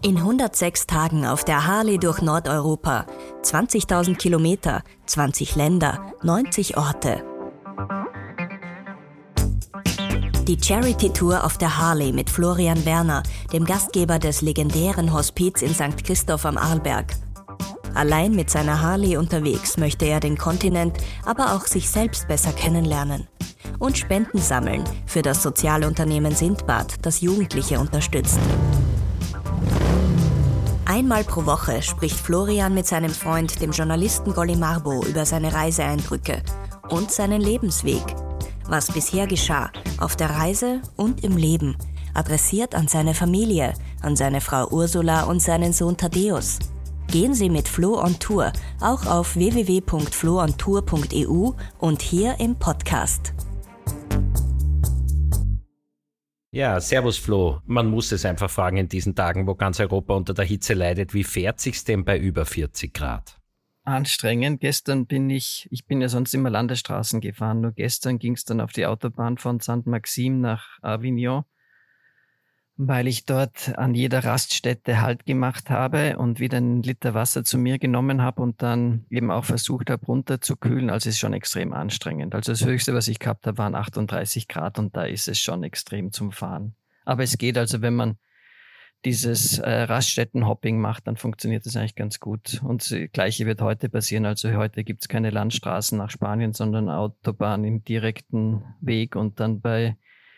In 106 Tagen auf der Harley durch Nordeuropa, 20.000 Kilometer, 20 Länder, 90 Orte. Die Charity-Tour auf der Harley mit Florian Werner, dem Gastgeber des legendären Hospiz in St. Christoph am Arlberg. Allein mit seiner Harley unterwegs möchte er den Kontinent, aber auch sich selbst besser kennenlernen. Und Spenden sammeln für das Sozialunternehmen Sindbad, das Jugendliche unterstützt. Einmal pro Woche spricht Florian mit seinem Freund, dem Journalisten Golly Marbo, über seine Reiseeindrücke und seinen Lebensweg. Was bisher geschah, auf der Reise und im Leben, adressiert an seine Familie, an seine Frau Ursula und seinen Sohn Thaddäus. Gehen Sie mit Flo on Tour, auch auf www.floontour.eu und hier im Podcast. Ja, servus Flo. Man muss es einfach fragen in diesen Tagen, wo ganz Europa unter der Hitze leidet. Wie fährt sich's denn bei über 40 Grad? Anstrengend. Gestern bin ich bin ja sonst immer Landesstraßen gefahren, nur gestern ging es dann auf die Autobahn von Saint-Maxime nach Avignon, weil ich dort an jeder Raststätte Halt gemacht habe und wieder einen Liter Wasser zu mir genommen habe und dann eben auch versucht habe, runterzukühlen. Also es ist schon extrem anstrengend. Also das Höchste, was ich gehabt habe, waren 38 Grad und da ist es schon extrem zum Fahren. Aber es geht also, wenn man dieses Raststättenhopping macht, dann funktioniert das eigentlich ganz gut. Und das Gleiche wird heute passieren. Also heute gibt es keine Landstraßen nach Spanien, sondern Autobahn im direkten Weg und dann bei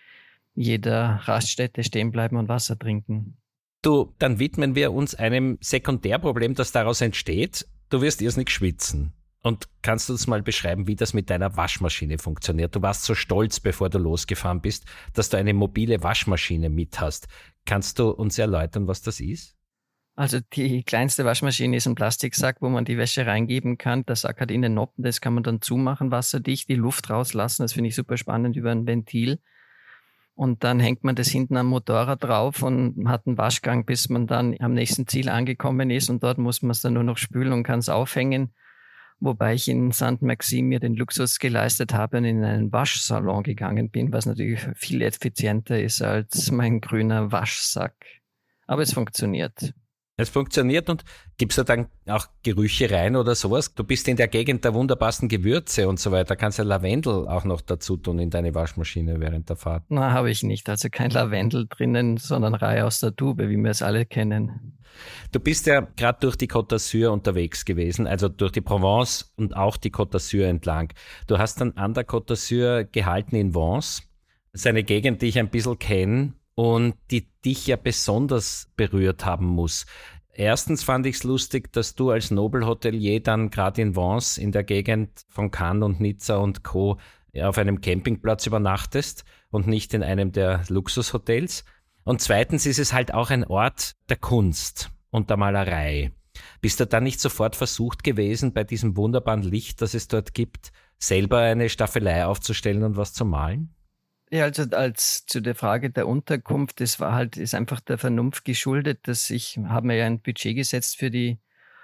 jeder Raststätte stehen bleiben und Wasser trinken. Du, dann widmen wir uns einem Sekundärproblem, das daraus entsteht. Du wirst irrsinnig schwitzen. Und kannst du uns mal beschreiben, wie das mit deiner Waschmaschine funktioniert? Du warst so stolz, bevor du losgefahren bist, dass du eine mobile Waschmaschine mit hast. Kannst du uns erläutern, was das ist? Also die kleinste Waschmaschine ist ein Plastiksack, wo man die Wäsche reingeben kann. Der Sack hat innen Noppen, das kann man dann zumachen, wasserdicht, die Luft rauslassen. Das finde ich super spannend über ein Ventil. Und dann hängt man das hinten am Motorrad drauf und hat einen Waschgang, bis man dann am nächsten Ziel angekommen ist. Und dort muss man es dann nur noch spülen und kann es aufhängen. Wobei ich in Saint-Maxime mir den Luxus geleistet habe und in einen Waschsalon gegangen bin, was natürlich viel effizienter ist als mein grüner Waschsack. Aber es funktioniert. Es funktioniert und gibst du dann auch Gerüche rein oder sowas? Du bist in der Gegend der wunderbarsten Gewürze und so weiter. Kannst ja Lavendel auch noch dazu tun in deine Waschmaschine während der Fahrt? Na, habe ich nicht. Also kein Lavendel drinnen, sondern Reihe aus der Tube, wie wir es alle kennen. Du bist ja gerade durch die Côte d'Azur unterwegs gewesen, also durch die Provence und auch die Côte d'Azur entlang. Du hast dann an der Côte d'Azur gehalten in Vence. Das ist eine Gegend, die ich ein bisschen kenne und die dich ja besonders berührt haben muss. Erstens fand ich es lustig, dass du als Nobelhotelier dann gerade in Vence in der Gegend von Cannes und Nizza und Co. auf einem Campingplatz übernachtest und nicht in einem der Luxushotels. Und zweitens ist es halt auch ein Ort der Kunst und der Malerei. Bist du dann nicht sofort versucht gewesen, bei diesem wunderbaren Licht, das es dort gibt, selber eine Staffelei aufzustellen und was zu malen? Ja, also als zu der Frage der Unterkunft, ist einfach der Vernunft geschuldet, dass habe mir ja ein Budget gesetzt für die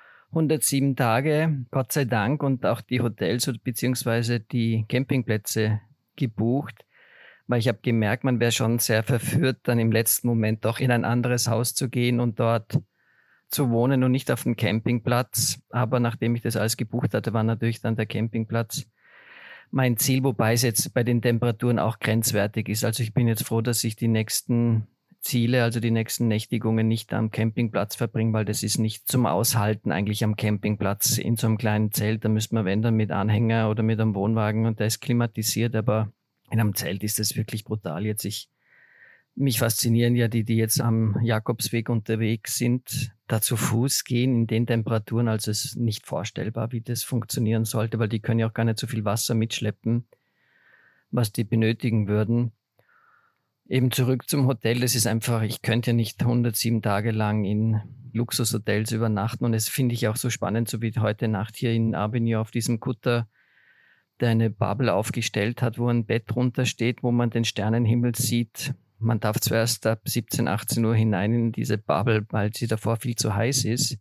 107 Tage, Gott sei Dank, und auch die Hotels beziehungsweise die Campingplätze gebucht, weil ich habe gemerkt, man wäre schon sehr verführt, dann im letzten Moment doch in ein anderes Haus zu gehen und dort zu wohnen und nicht auf dem Campingplatz. Aber nachdem ich das alles gebucht hatte, war natürlich dann der Campingplatz mein Ziel, wobei es jetzt bei den Temperaturen auch grenzwertig ist. Also ich bin jetzt froh, dass ich die nächsten Ziele, also die nächsten Nächtigungen nicht am Campingplatz verbringe, weil das ist nicht zum Aushalten eigentlich am Campingplatz in so einem kleinen Zelt. Da müsste man, wenn dann mit Anhänger oder mit einem Wohnwagen, und der ist klimatisiert, aber in einem Zelt ist das wirklich brutal. Mich faszinieren ja die jetzt am Jakobsweg unterwegs sind, da zu Fuß gehen in den Temperaturen. Also es ist nicht vorstellbar, wie das funktionieren sollte, weil die können ja auch gar nicht so viel Wasser mitschleppen, was die benötigen würden. Eben zurück zum Hotel, das ist einfach, ich könnte ja nicht 107 Tage lang in Luxushotels übernachten und das finde ich auch so spannend, so wie heute Nacht hier in Avignon auf diesem Kutter, der eine Bubble aufgestellt hat, wo ein Bett drunter steht, wo man den Sternenhimmel sieht. Man darf zuerst ab 17, 18 Uhr hinein in diese Bubble, weil sie davor viel zu heiß ist.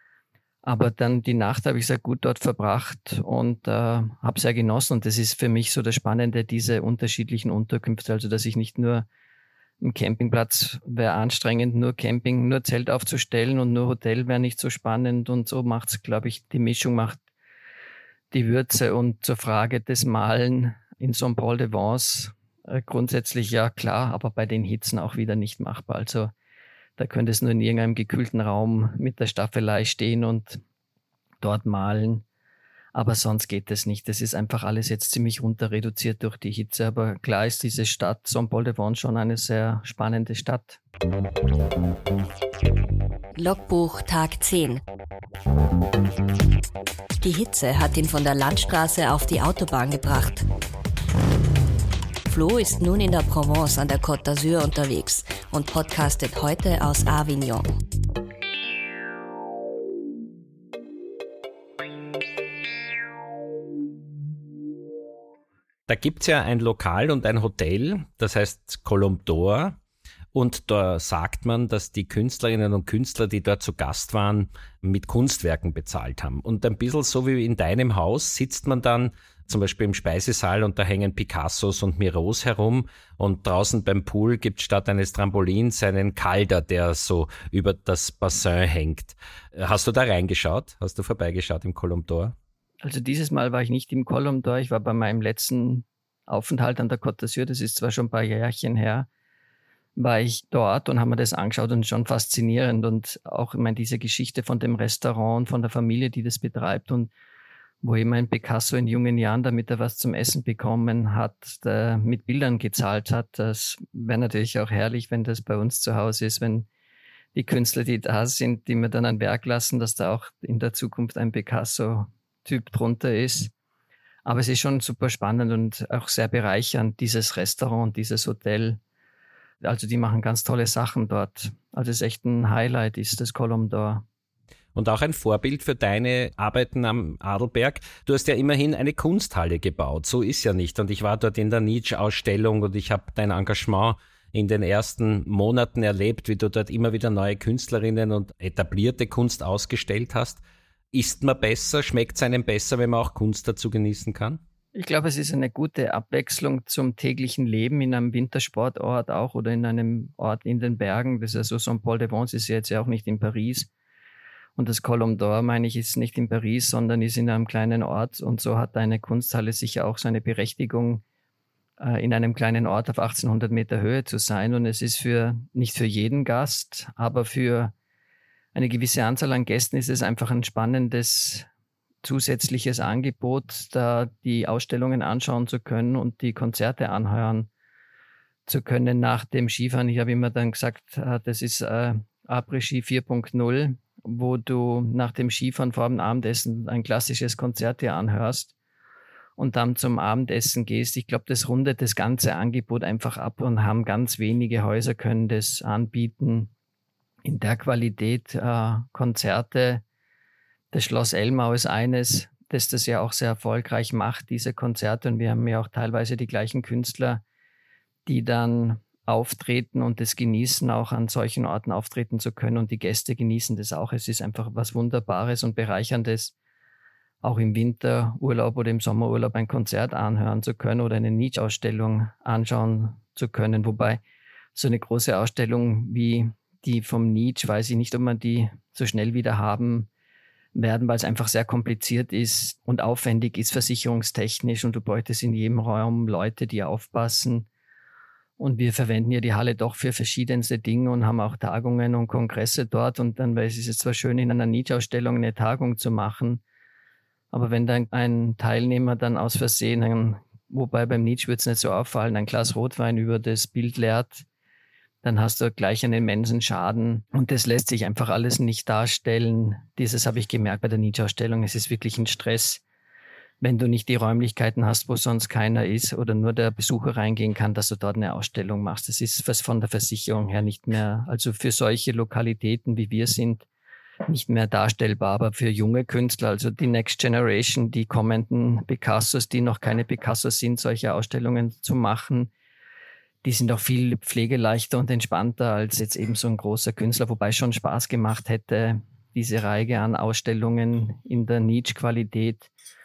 Aber dann die Nacht habe ich sehr gut dort verbracht und habe sehr genossen. Und das ist für mich so das Spannende, diese unterschiedlichen Unterkünfte. Also dass ich nicht nur Ein Campingplatz wäre anstrengend, nur Camping, nur Zelt aufzustellen und nur Hotel wäre nicht so spannend und so macht's, glaube ich, die Mischung macht die Würze. Und zur Frage des Malen in Saint-Paul-de-Vence, grundsätzlich ja klar, aber bei den Hitzen auch wieder nicht machbar. Also da könnte es nur in irgendeinem gekühlten Raum mit der Staffelei stehen und dort malen. Aber sonst geht es nicht. Das ist einfach alles jetzt ziemlich runter reduziert durch die Hitze. Aber klar ist diese Stadt Saint-Paul-de-Vence schon eine sehr spannende Stadt. Logbuch Tag 10. Die Hitze hat ihn von der Landstraße auf die Autobahn gebracht. Flo ist nun in der Provence an der Côte d'Azur unterwegs und podcastet heute aus Avignon. Da gibt es ja ein Lokal und ein Hotel, das heißt Colombe d'Or. Und da sagt man, dass die Künstlerinnen und Künstler, die dort zu Gast waren, mit Kunstwerken bezahlt haben. Und ein bisschen so wie in deinem Haus sitzt man dann zum Beispiel im Speisesaal und da hängen Picassos und Miros herum und draußen beim Pool gibt es statt eines Trampolins einen Calder, der so über das Bassin hängt. Hast du da reingeschaut? Hast du vorbeigeschaut im Colombe d'Or? Also dieses Mal war ich nicht im Colombe d'Or, ich war bei meinem letzten Aufenthalt an der Côte d'Azur, das ist zwar schon ein paar Jährchen her, war ich dort und habe mir das angeschaut und schon faszinierend und auch, ich meine, diese Geschichte von dem Restaurant, von der Familie, die das betreibt und wo eben ein Picasso in jungen Jahren, damit er was zum Essen bekommen hat, mit Bildern gezahlt hat. Das wäre natürlich auch herrlich, wenn das bei uns zu Hause ist, wenn die Künstler, die da sind, die mir dann ein Werk lassen, dass da auch in der Zukunft ein Picasso-Typ drunter ist. Aber es ist schon super spannend und auch sehr bereichernd, dieses Restaurant, dieses Hotel. Also die machen ganz tolle Sachen dort. Also es ist echt ein Highlight, ist das Colombe d'Or. Und auch ein Vorbild für deine Arbeiten am Adelberg. Du hast ja immerhin eine Kunsthalle gebaut. So ist ja nicht. Und ich war dort in der Nietzsche-Ausstellung und ich habe dein Engagement in den ersten Monaten erlebt, wie du dort immer wieder neue Künstlerinnen und etablierte Kunst ausgestellt hast. Isst man besser? Schmeckt es einem besser, wenn man auch Kunst dazu genießen kann? Ich glaube, es ist eine gute Abwechslung zum täglichen Leben in einem Wintersportort auch oder in einem Ort in den Bergen. Das ist ja so, Saint-Paul-de-Vence ist ja jetzt ja auch nicht in Paris. Und das Colombe d'Or, meine ich, ist nicht in Paris, sondern ist in einem kleinen Ort. Und so hat eine Kunsthalle sicher auch seine Berechtigung, in einem kleinen Ort auf 1800 Meter Höhe zu sein. Und es ist nicht für jeden Gast, aber für eine gewisse Anzahl an Gästen ist es einfach ein spannendes zusätzliches Angebot, da die Ausstellungen anschauen zu können und die Konzerte anhören zu können nach dem Skifahren. Ich habe immer dann gesagt, das ist Après-Ski 4.0, wo du nach dem Skifahren vor dem Abendessen ein klassisches Konzert dir anhörst und dann zum Abendessen gehst. Ich glaube, das rundet das ganze Angebot einfach ab und haben ganz wenige Häuser können das anbieten in der Qualität. Konzerte, das Schloss Elmau ist eines, das ja auch sehr erfolgreich macht, diese Konzerte. Und wir haben ja auch teilweise die gleichen Künstler, die dann auftreten und das genießen, auch an solchen Orten auftreten zu können. Und die Gäste genießen das auch. Es ist einfach was Wunderbares und Bereicherndes, auch im Winterurlaub oder im Sommerurlaub ein Konzert anhören zu können oder eine Nietzsche-Ausstellung anschauen zu können. Wobei so eine große Ausstellung wie die vom Nietzsche, weiß ich nicht, ob man die so schnell wieder haben werden, weil es einfach sehr kompliziert ist und aufwendig ist versicherungstechnisch und du bräuchtest in jedem Raum Leute, die aufpassen. Und wir verwenden ja die Halle doch für verschiedenste Dinge und haben auch Tagungen und Kongresse dort. Und dann, weil es ist jetzt zwar schön, in einer Nietzsche-Ausstellung eine Tagung zu machen, aber wenn dann ein Teilnehmer dann aus Versehen, wobei beim Nietzsche wird es nicht so auffallen, ein Glas Rotwein über das Bild leert, dann hast du gleich einen immensen Schaden. Und das lässt sich einfach alles nicht darstellen. Dieses habe ich gemerkt bei der Nietzsche-Ausstellung. Es ist wirklich ein Stress, wenn du nicht die Räumlichkeiten hast, wo sonst keiner ist oder nur der Besucher reingehen kann, dass du dort eine Ausstellung machst. Das ist was von der Versicherung her nicht mehr, also für solche Lokalitäten wie wir sind, nicht mehr darstellbar. Aber für junge Künstler, also die Next Generation, die kommenden Picassos, die noch keine Picassos sind, solche Ausstellungen zu machen, die sind auch viel pflegeleichter und entspannter als jetzt eben so ein großer Künstler, wobei es schon Spaß gemacht hätte, diese Reihe an Ausstellungen in der Nietzsche-Qualität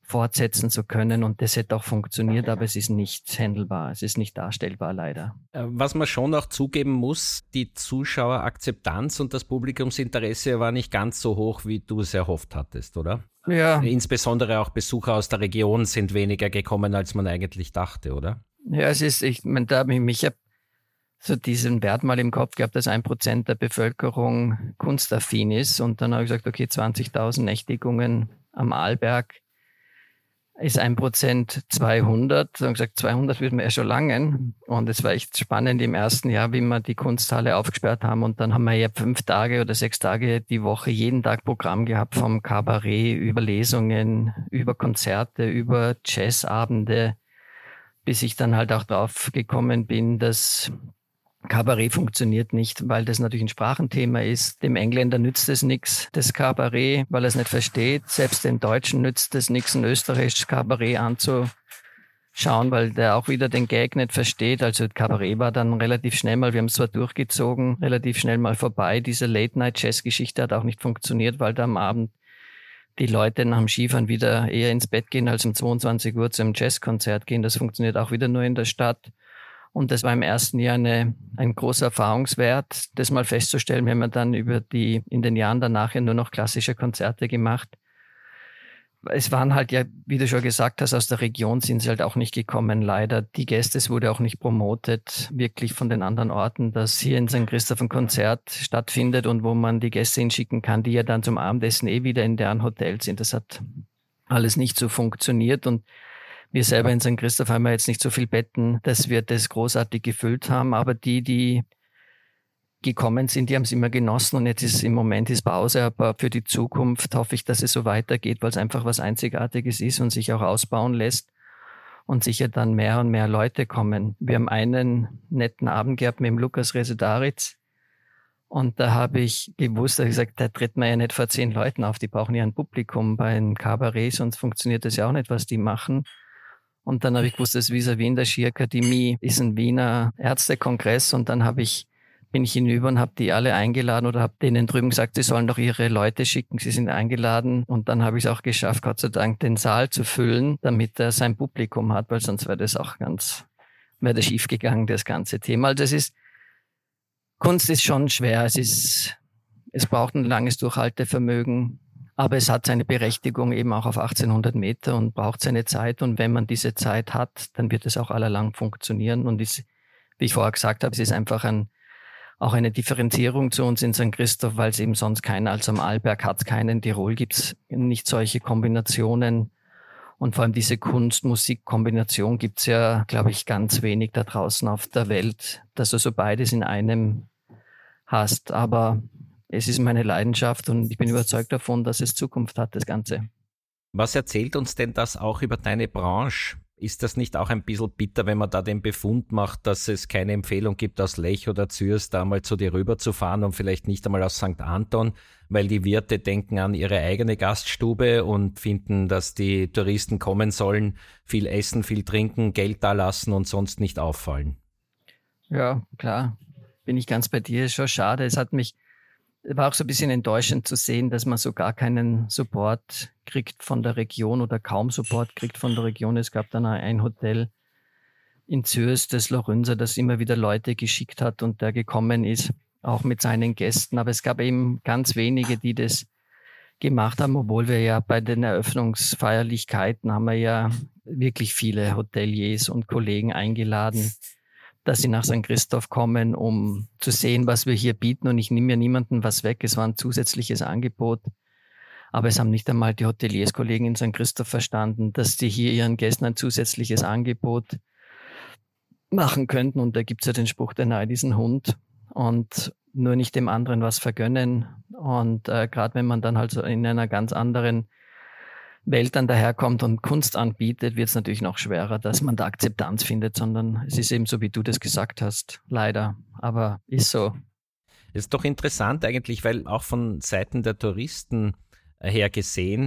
fortsetzen zu können. Und das hätte auch funktioniert, aber es ist nicht handelbar, es ist nicht darstellbar, leider. Was man schon auch zugeben muss, die Zuschauerakzeptanz und das Publikumsinteresse war nicht ganz so hoch, wie du es erhofft hattest, oder? Ja. Insbesondere auch Besucher aus der Region sind weniger gekommen, als man eigentlich dachte, oder? Ja, da habe ich habe so diesen Wert mal im Kopf gehabt, dass 1% der Bevölkerung kunstaffin ist. Und dann habe ich gesagt, okay, 20.000 Nächtigungen am Arlberg ist 1% 200. Dann habe ich gesagt, 200 würde mir ja schon langen. Und es war echt spannend im ersten Jahr, wie wir die Kunsthalle aufgesperrt haben. Und dann haben wir ja 5 Tage oder 6 Tage die Woche jeden Tag Programm gehabt, vom Kabarett über Lesungen, über Konzerte, über Jazzabende, bis ich dann halt auch drauf gekommen bin, dass Kabarett funktioniert nicht, weil das natürlich ein Sprachenthema ist. Dem Engländer nützt es nichts, das Kabarett, weil er es nicht versteht. Selbst dem Deutschen nützt es nichts, ein österreichisches Kabarett anzuschauen, weil der auch wieder den Gag nicht versteht. Also Kabarett war dann relativ schnell mal, wir haben es zwar durchgezogen, relativ schnell mal vorbei. Diese Late-Night-Jazz-Geschichte hat auch nicht funktioniert, weil da am Abend die Leute nach dem Skifahren wieder eher ins Bett gehen, als um 22 Uhr zu einem Jazzkonzert gehen. Das funktioniert auch wieder nur in der Stadt. Und das war im ersten Jahr ein großer Erfahrungswert, das mal festzustellen. Wir haben dann in den Jahren danach ja nur noch klassische Konzerte gemacht. Es waren halt ja, wie du schon gesagt hast, aus der Region sind sie halt auch nicht gekommen, leider. Die Gäste, es wurde auch nicht promotet, wirklich von den anderen Orten, dass hier in St. Christoph ein Konzert stattfindet und wo man die Gäste hinschicken kann, die ja dann zum Abendessen wieder in deren Hotel sind. Das hat alles nicht so funktioniert und wir selber in St. Christoph haben ja jetzt nicht so viel Betten, dass wir das großartig gefüllt haben, aber die gekommen sind, die haben es immer genossen und jetzt ist im Moment Pause, aber für die Zukunft hoffe ich, dass es so weitergeht, weil es einfach was Einzigartiges ist und sich auch ausbauen lässt und sicher dann mehr und mehr Leute kommen. Wir haben einen netten Abend gehabt mit dem Lukas Resedaritz und da habe ich gewusst, da habe ich gesagt, da tritt man ja nicht vor 10 Leuten auf, die brauchen ja ein Publikum bei einem Kabarett, sonst funktioniert das ja auch nicht, was die machen. Und dann habe ich gewusst, das vis-à-vis in der Skiakademie ist ein Wiener Ärztekongress und dann bin ich hinüber und habe die alle eingeladen oder habe denen drüben gesagt, sie sollen doch ihre Leute schicken, sie sind eingeladen. Und dann habe ich es auch geschafft, Gott sei Dank, den Saal zu füllen, damit er sein Publikum hat, weil sonst wäre das schief gegangen, das ganze Thema. Also Kunst ist schon schwer, es braucht ein langes Durchhaltevermögen. Aber es hat seine Berechtigung eben auch auf 1800 Meter und braucht seine Zeit. Und wenn man diese Zeit hat, dann wird es auch allerlang funktionieren. Und wie ich vorher gesagt habe, es ist einfach auch eine Differenzierung zu uns in St. Christoph, weil es eben sonst keiner, also am Arlberg hat es keinen, in Tirol gibt es nicht solche Kombinationen. Und vor allem diese Kunst-Musik-Kombination gibt es ja, glaube ich, ganz wenig da draußen auf der Welt, dass du so beides in einem hast. Aber es ist meine Leidenschaft und ich bin überzeugt davon, dass es Zukunft hat, das Ganze. Was erzählt uns denn das auch über deine Branche? Ist das nicht auch ein bisschen bitter, wenn man da den Befund macht, dass es keine Empfehlung gibt, aus Lech oder Zürs da mal zu dir rüber zu fahren und vielleicht nicht einmal aus St. Anton, weil die Wirte denken an ihre eigene Gaststube und finden, dass die Touristen kommen sollen, viel essen, viel trinken, Geld da lassen und sonst nicht auffallen? Ja, klar. Bin ich ganz bei dir. Ist schon schade. War auch so ein bisschen enttäuschend zu sehen, dass man so gar keinen Support kriegt von der Region oder kaum Support kriegt von der Region. Es gab dann ein Hotel in Zürs, das Lorünser, das immer wieder Leute geschickt hat und der gekommen ist, auch mit seinen Gästen. Aber es gab eben ganz wenige, die das gemacht haben, obwohl wir ja bei den Eröffnungsfeierlichkeiten haben wir ja wirklich viele Hoteliers und Kollegen eingeladen, dass sie nach St. Christoph kommen, um zu sehen, was wir hier bieten. Und ich nehme ja niemandem was weg. Es war ein zusätzliches Angebot. Aber es haben nicht einmal die Hotelierskollegen in St. Christoph verstanden, dass die hier ihren Gästen ein zusätzliches Angebot machen könnten. Und da gibt es ja den Spruch, der Neid ist ein Hund. Und nur nicht dem anderen was vergönnen. Und gerade wenn man dann halt so in einer ganz anderen Welt dann daherkommt und Kunst anbietet, wird es natürlich noch schwerer, dass man da Akzeptanz findet, sondern es ist eben so, wie du das gesagt hast, leider, aber ist so. Ist doch interessant eigentlich, weil auch von Seiten der Touristen her gesehen,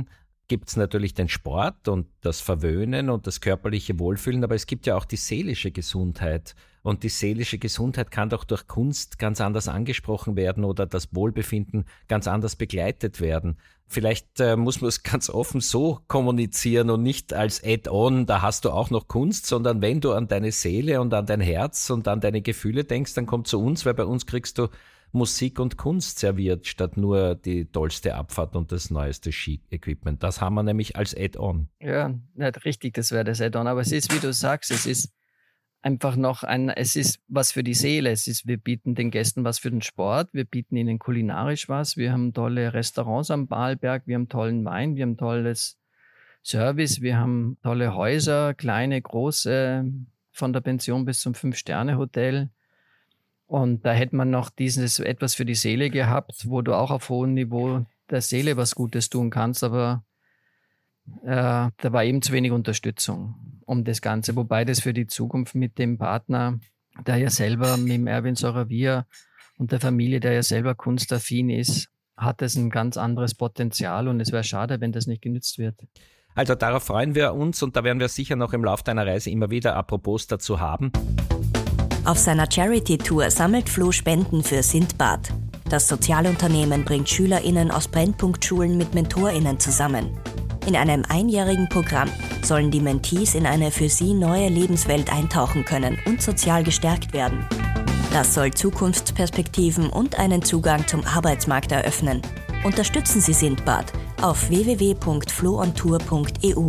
gibt es natürlich den Sport und das Verwöhnen und das körperliche Wohlfühlen, aber es gibt ja auch die seelische Gesundheit. Und die seelische Gesundheit kann doch durch Kunst ganz anders angesprochen werden oder das Wohlbefinden ganz anders begleitet werden. Vielleicht muss man es ganz offen so kommunizieren und nicht als Add-on, da hast du auch noch Kunst, sondern wenn du an deine Seele und an dein Herz und an deine Gefühle denkst, dann komm zu uns, weil bei uns kriegst du Musik und Kunst serviert, statt nur die tollste Abfahrt und das neueste Ski-Equipment. Das haben wir nämlich als Add-on. Ja, nicht richtig, das wäre das Add-on. Aber es ist, wie du sagst, es ist einfach es ist was für die Seele. Wir bieten den Gästen was für den Sport, wir bieten ihnen kulinarisch was, wir haben tolle Restaurants am Arlberg, wir haben tollen Wein, wir haben tolles Service, wir haben tolle Häuser, kleine, große, von der Pension bis zum 5-Sterne-Hotel. Und da hätte man noch dieses etwas für die Seele gehabt, wo du auch auf hohem Niveau der Seele was Gutes tun kannst, aber da war eben zu wenig Unterstützung um das Ganze. Wobei das für die Zukunft mit dem Partner, der ja selber mit dem Erwin Soravia und der Familie, der ja selber kunstaffin ist, hat es ein ganz anderes Potenzial und es wäre schade, wenn das nicht genützt wird. Also darauf freuen wir uns und da werden wir sicher noch im Laufe deiner Reise immer wieder Apropos dazu haben. Auf seiner Charity-Tour sammelt Flo Spenden für Sindbad. Das Sozialunternehmen bringt SchülerInnen aus Brennpunktschulen mit MentorInnen zusammen. In einem einjährigen Programm sollen die Mentees in eine für sie neue Lebenswelt eintauchen können und sozial gestärkt werden. Das soll Zukunftsperspektiven und einen Zugang zum Arbeitsmarkt eröffnen. Unterstützen Sie Sindbad auf www.floontour.eu.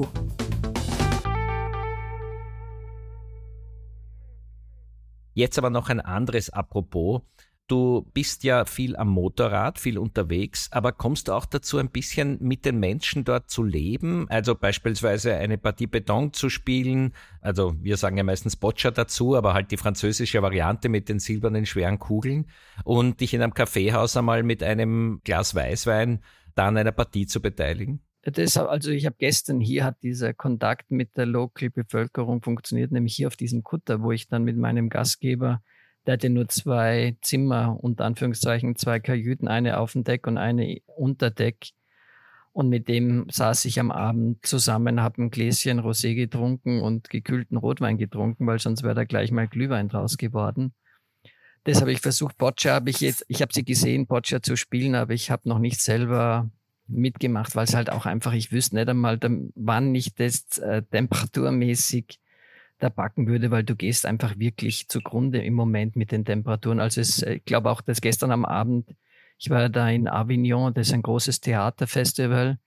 Jetzt aber noch ein anderes Apropos. Du bist ja viel am Motorrad, viel unterwegs, aber kommst du auch dazu, ein bisschen mit den Menschen dort zu leben? Also beispielsweise eine Partie Beton zu spielen, also wir sagen ja meistens Boccia dazu, aber halt die französische Variante mit den silbernen schweren Kugeln und dich in einem Kaffeehaus einmal mit einem Glas Weißwein da an einer Partie zu beteiligen? Also ich habe gestern, hier hat dieser Kontakt mit der Local-Bevölkerung funktioniert, nämlich hier auf diesem Kutter, wo ich dann mit meinem Gastgeber, der hatte nur 2 Zimmer, unter Anführungszeichen 2 Kajüten, eine auf dem Deck und eine unter Deck. Und mit dem saß ich am Abend zusammen, habe ein Gläschen Rosé getrunken und gekühlten Rotwein getrunken, weil sonst wäre da gleich mal Glühwein draus geworden. Das habe ich versucht. Boccia ich habe sie gesehen, Boccia zu spielen, aber ich habe noch nicht selber mitgemacht, weil es halt auch einfach, ich wüsste nicht einmal, wann ich das temperaturmäßig da backen würde, weil du gehst einfach wirklich zugrunde im Moment mit den Temperaturen. Also ich glaube auch, dass gestern am Abend, ich war da in Avignon, das ist ein großes Theaterfestival,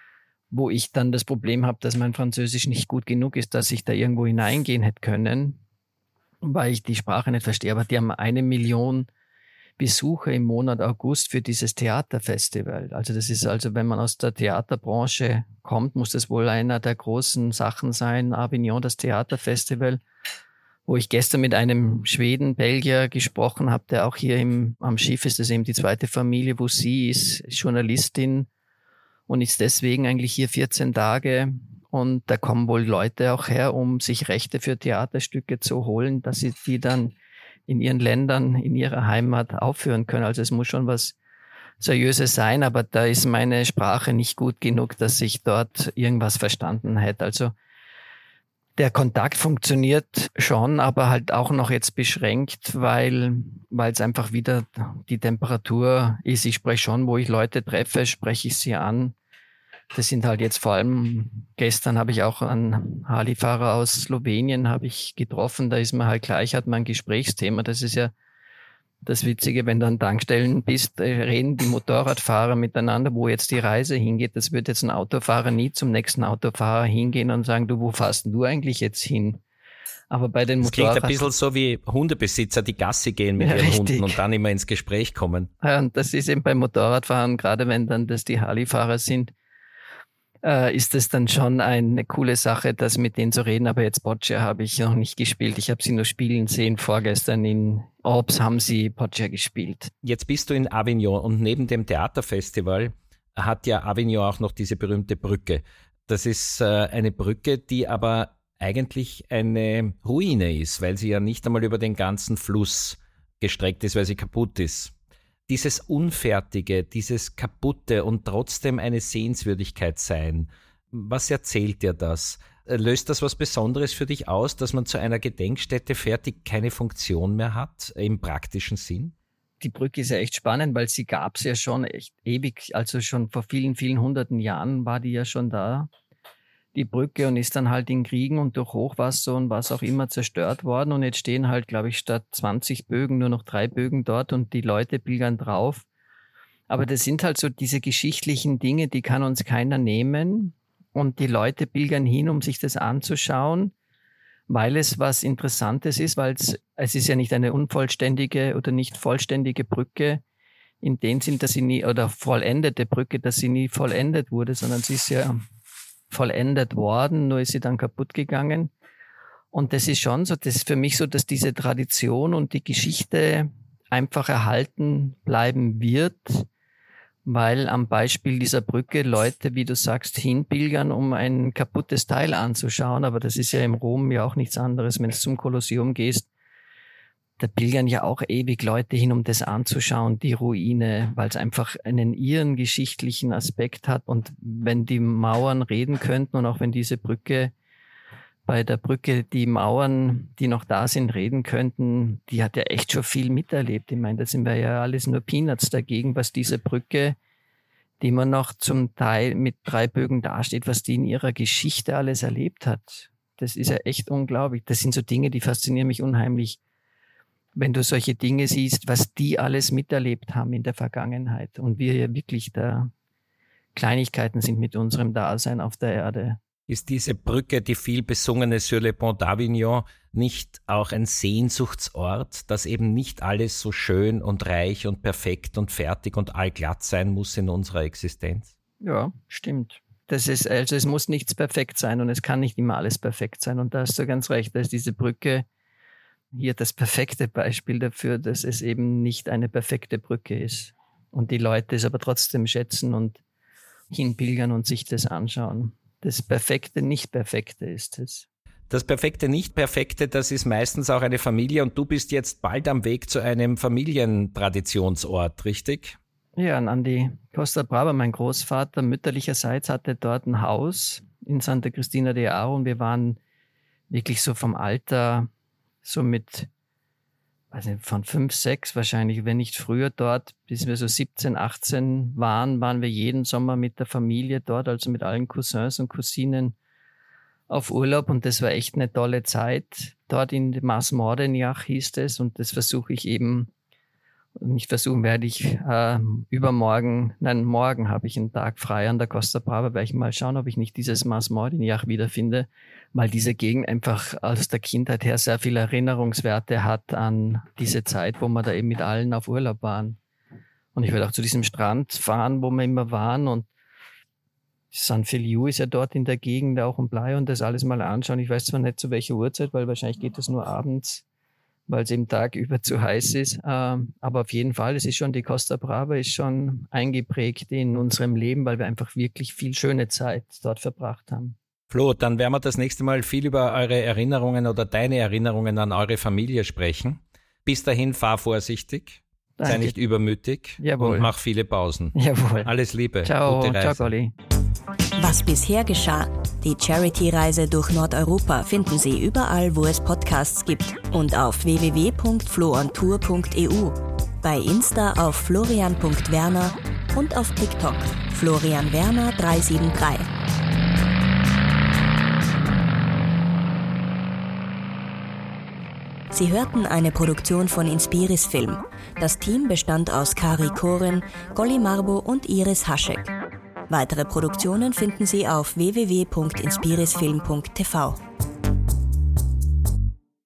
wo ich dann das Problem habe, dass mein Französisch nicht gut genug ist, dass ich da irgendwo hineingehen hätte können, weil ich die Sprache nicht verstehe. Aber die haben 1 Million Besucher im Monat August für dieses Theaterfestival. Also das ist also, wenn man aus der Theaterbranche kommt, muss das wohl einer der großen Sachen sein. Avignon, das Theaterfestival, wo ich gestern mit einem Schweden, Belgier gesprochen habe, der auch hier am Schiff ist. Das ist eben die zweite Familie, wo sie ist Journalistin und ist deswegen eigentlich hier 14 Tage. Und da kommen wohl Leute auch her, um sich Rechte für Theaterstücke zu holen, dass sie die dann in ihren Ländern, in ihrer Heimat aufführen können. Also es muss schon was Seriöses sein, aber da ist meine Sprache nicht gut genug, dass ich dort irgendwas verstanden hätte. Also der Kontakt funktioniert schon, aber halt auch noch jetzt beschränkt, weil es einfach wieder die Temperatur ist. Ich spreche schon, wo ich Leute treffe, spreche ich sie an. Das sind halt jetzt vor allem, gestern habe ich auch einen Harley-Fahrer aus Slowenien habe ich getroffen, da ist man halt gleich, hat man ein Gesprächsthema. Das ist ja das Witzige, wenn du an Tankstellen bist, reden die Motorradfahrer miteinander, wo jetzt die Reise hingeht. Das wird jetzt ein Autofahrer nie zum nächsten Autofahrer hingehen und sagen, du, wo fährst du eigentlich jetzt hin? Aber bei den Motorrad... Das klingt ein bisschen so wie Hundebesitzer, die Gassi gehen mit ihren Hunden und dann immer ins Gespräch kommen. Ja, und das ist eben beim Motorradfahren, gerade wenn dann das die Harley-Fahrer sind, ist es dann schon eine coole Sache, das mit denen zu reden. Aber jetzt Boccia habe ich noch nicht gespielt. Ich habe sie nur spielen sehen. Vorgestern in Orbs haben sie Boccia gespielt. Jetzt bist du in Avignon und neben dem Theaterfestival hat ja Avignon auch noch diese berühmte Brücke. Das ist eine Brücke, die aber eigentlich eine Ruine ist, weil sie ja nicht einmal über den ganzen Fluss gestreckt ist, weil sie kaputt ist. dieses Unfertige, dieses Kaputte und trotzdem eine Sehenswürdigkeit sein. Was erzählt dir das? Löst das was Besonderes für dich aus, dass man zu einer Gedenkstätte fährt, die keine Funktion mehr hat, im praktischen Sinn? Die Brücke ist ja echt spannend, weil sie gab es ja schon echt ewig, also schon vor vielen, vielen hunderten Jahren war die ja schon da, die Brücke, und ist dann halt in Kriegen und durch Hochwasser und was auch immer zerstört worden, und jetzt stehen halt, glaube ich, statt 20 Bögen nur noch 3 Bögen dort und die Leute pilgern drauf. Aber das sind halt so diese geschichtlichen Dinge, die kann uns keiner nehmen, und die Leute pilgern hin, um sich das anzuschauen, weil es was Interessantes ist, weil es ist ja nicht eine unvollständige oder nicht vollständige Brücke in dem Sinn, dass sie nie, oder vollendete Brücke, dass sie nie vollendet wurde, sondern sie ist ja vollendet worden, nur ist sie dann kaputt gegangen. Und das ist schon so, das ist für mich so, dass diese Tradition und die Geschichte einfach erhalten bleiben wird, weil am Beispiel dieser Brücke Leute, wie du sagst, hinpilgern, um ein kaputtes Teil anzuschauen. Aber das ist ja im Rom ja auch nichts anderes, wenn du zum Kolosseum gehst. Da pilgern ja auch ewig Leute hin, um das anzuschauen, die Ruine, weil es einfach einen ihren geschichtlichen Aspekt hat. Und wenn die Mauern reden könnten und auch wenn diese Brücke, bei der Brücke die Mauern, die noch da sind, reden könnten, die hat ja echt schon viel miterlebt. Ich meine, da sind wir ja alles nur Peanuts dagegen, was diese Brücke, die immer noch zum Teil mit 3 Bögen dasteht, was die in ihrer Geschichte alles erlebt hat. Das ist ja echt unglaublich. Das sind so Dinge, die faszinieren mich unheimlich, wenn du solche Dinge siehst, was die alles miterlebt haben in der Vergangenheit und wir ja wirklich da Kleinigkeiten sind mit unserem Dasein auf der Erde. Ist diese Brücke, die viel besungene Sur le Pont d'Avignon, nicht auch ein Sehnsuchtsort, dass eben nicht alles so schön und reich und perfekt und fertig und allglatt sein muss in unserer Existenz? Ja, stimmt. Das ist, also es muss nichts perfekt sein und es kann nicht immer alles perfekt sein. Und da hast du ganz recht, da ist diese Brücke hier das perfekte Beispiel dafür, dass es eben nicht eine perfekte Brücke ist. Und die Leute es aber trotzdem schätzen und hinpilgern und sich das anschauen. Das perfekte Nicht-Perfekte ist es. Das perfekte Nicht-Perfekte, das ist meistens auch eine Familie und du bist jetzt bald am Weg zu einem Familientraditionsort, richtig? Ja, an die Costa Brava. Mein Großvater mütterlicherseits hatte dort ein Haus in Santa Cristina de Aro und wir waren wirklich so vom Alter so mit, weiß nicht, von 5, 6 wahrscheinlich, wenn nicht früher dort, bis wir so 17, 18 waren wir jeden Sommer mit der Familie dort, also mit allen Cousins und Cousinen auf Urlaub und das war echt eine tolle Zeit. Dort in Mas Mordenjach hieß es und das versuche ich eben, nicht versuchen werde ich morgen habe ich einen Tag frei an der Costa Brava, werde ich mal schauen, ob ich nicht dieses Mas Mordenjach wiederfinde, weil diese Gegend einfach aus der Kindheit her sehr viele Erinnerungswerte hat an diese Zeit, wo wir da eben mit allen auf Urlaub waren. Und ich werde auch zu diesem Strand fahren, wo wir immer waren und San Feliu ist ja dort in der Gegend auch und Blei und das alles mal anschauen. Ich weiß zwar nicht zu welcher Uhrzeit, weil wahrscheinlich geht das nur abends, weil es eben tagüber zu heiß ist. Aber auf jeden Fall, es ist schon, die Costa Brava ist schon eingeprägt in unserem Leben, weil wir einfach wirklich viel schöne Zeit dort verbracht haben. Flo, dann werden wir das nächste Mal viel über eure Erinnerungen oder deine Erinnerungen an eure Familie sprechen. Bis dahin, fahr vorsichtig, sei nicht übermütig. Jawohl. Und mach viele Pausen. Jawohl. Alles Liebe. Ciao, gute Reise. Ciao, Golli. Was bisher geschah? Die Charity-Reise durch Nordeuropa finden Sie überall, wo es Podcasts gibt und auf www.floontour.eu, bei Insta auf florian.werner und auf TikTok florianwerner373. Sie hörten eine Produktion von Inspiris Film. Das Team bestand aus Kari Koren, Golli Marbo und Iris Haschek. Weitere Produktionen finden Sie auf www.inspirisfilm.tv.